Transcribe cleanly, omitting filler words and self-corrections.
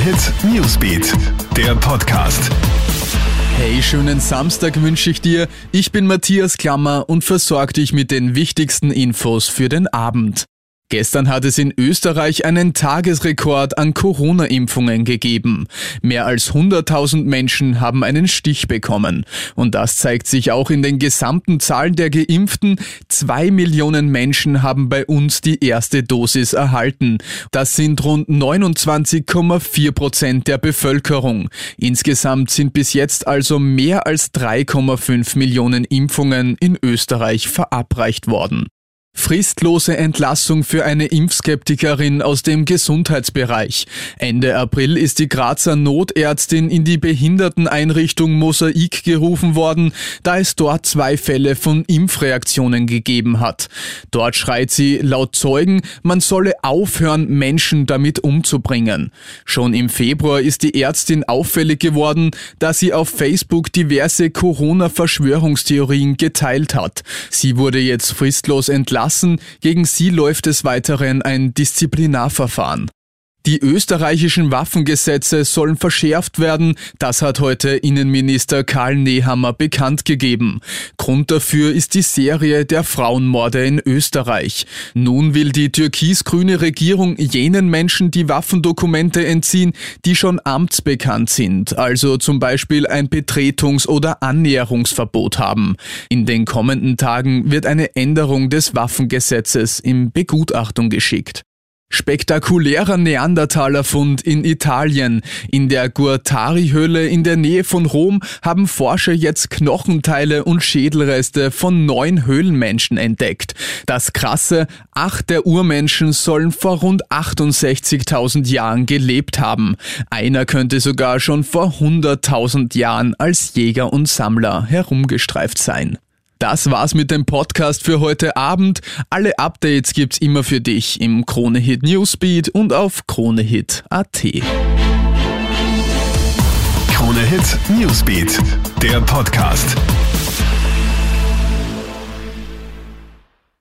Hit Newsbeat, der Podcast. Hey, schönen Samstag wünsche ich dir. Ich bin Matthias Klammer und versorge dich mit den wichtigsten Infos für den Abend. Gestern hat es in Österreich einen Tagesrekord an Corona-Impfungen gegeben. Mehr als 100.000 Menschen haben einen Stich bekommen. Und das zeigt sich auch in den gesamten Zahlen der Geimpften. 2 Millionen Menschen haben bei uns die erste Dosis erhalten. Das sind rund 29,4% der Bevölkerung. Insgesamt sind bis jetzt also mehr als 3,5 Millionen Impfungen in Österreich verabreicht worden. Fristlose Entlassung für eine Impfskeptikerin aus dem Gesundheitsbereich. Ende April ist die Grazer Notärztin in die Behinderteneinrichtung Mosaik gerufen worden, da es dort 2 Fälle von Impfreaktionen gegeben hat. Dort schreit sie laut Zeugen, man solle aufhören, Menschen damit umzubringen. Schon im Februar ist die Ärztin auffällig geworden, da sie auf Facebook diverse Corona-Verschwörungstheorien geteilt hat. Sie wurde jetzt fristlos entlassen. Gegen sie läuft des Weiteren ein Disziplinarverfahren. Die österreichischen Waffengesetze sollen verschärft werden, das hat heute Innenminister Karl Nehammer bekannt gegeben. Grund dafür ist die Serie der Frauenmorde in Österreich. Nun will die türkis-grüne Regierung jenen Menschen die Waffendokumente entziehen, die schon amtsbekannt sind, also zum Beispiel ein Betretungs- oder Annäherungsverbot haben. In den kommenden Tagen wird eine Änderung des Waffengesetzes in Begutachtung geschickt. Spektakulärer Neandertalerfund in Italien. In der Guattari-Höhle in der Nähe von Rom haben Forscher jetzt Knochenteile und Schädelreste von 9 Höhlenmenschen entdeckt. Das Krasse, 8 der Urmenschen sollen vor rund 68.000 Jahren gelebt haben. Einer könnte sogar schon vor 100.000 Jahren als Jäger und Sammler herumgestreift sein. Das war's mit dem Podcast für heute Abend. Alle Updates gibt's immer für dich im Krone-Hit Newsbeat und auf kronehit.at. Krone-Hit Newsbeat, der Podcast.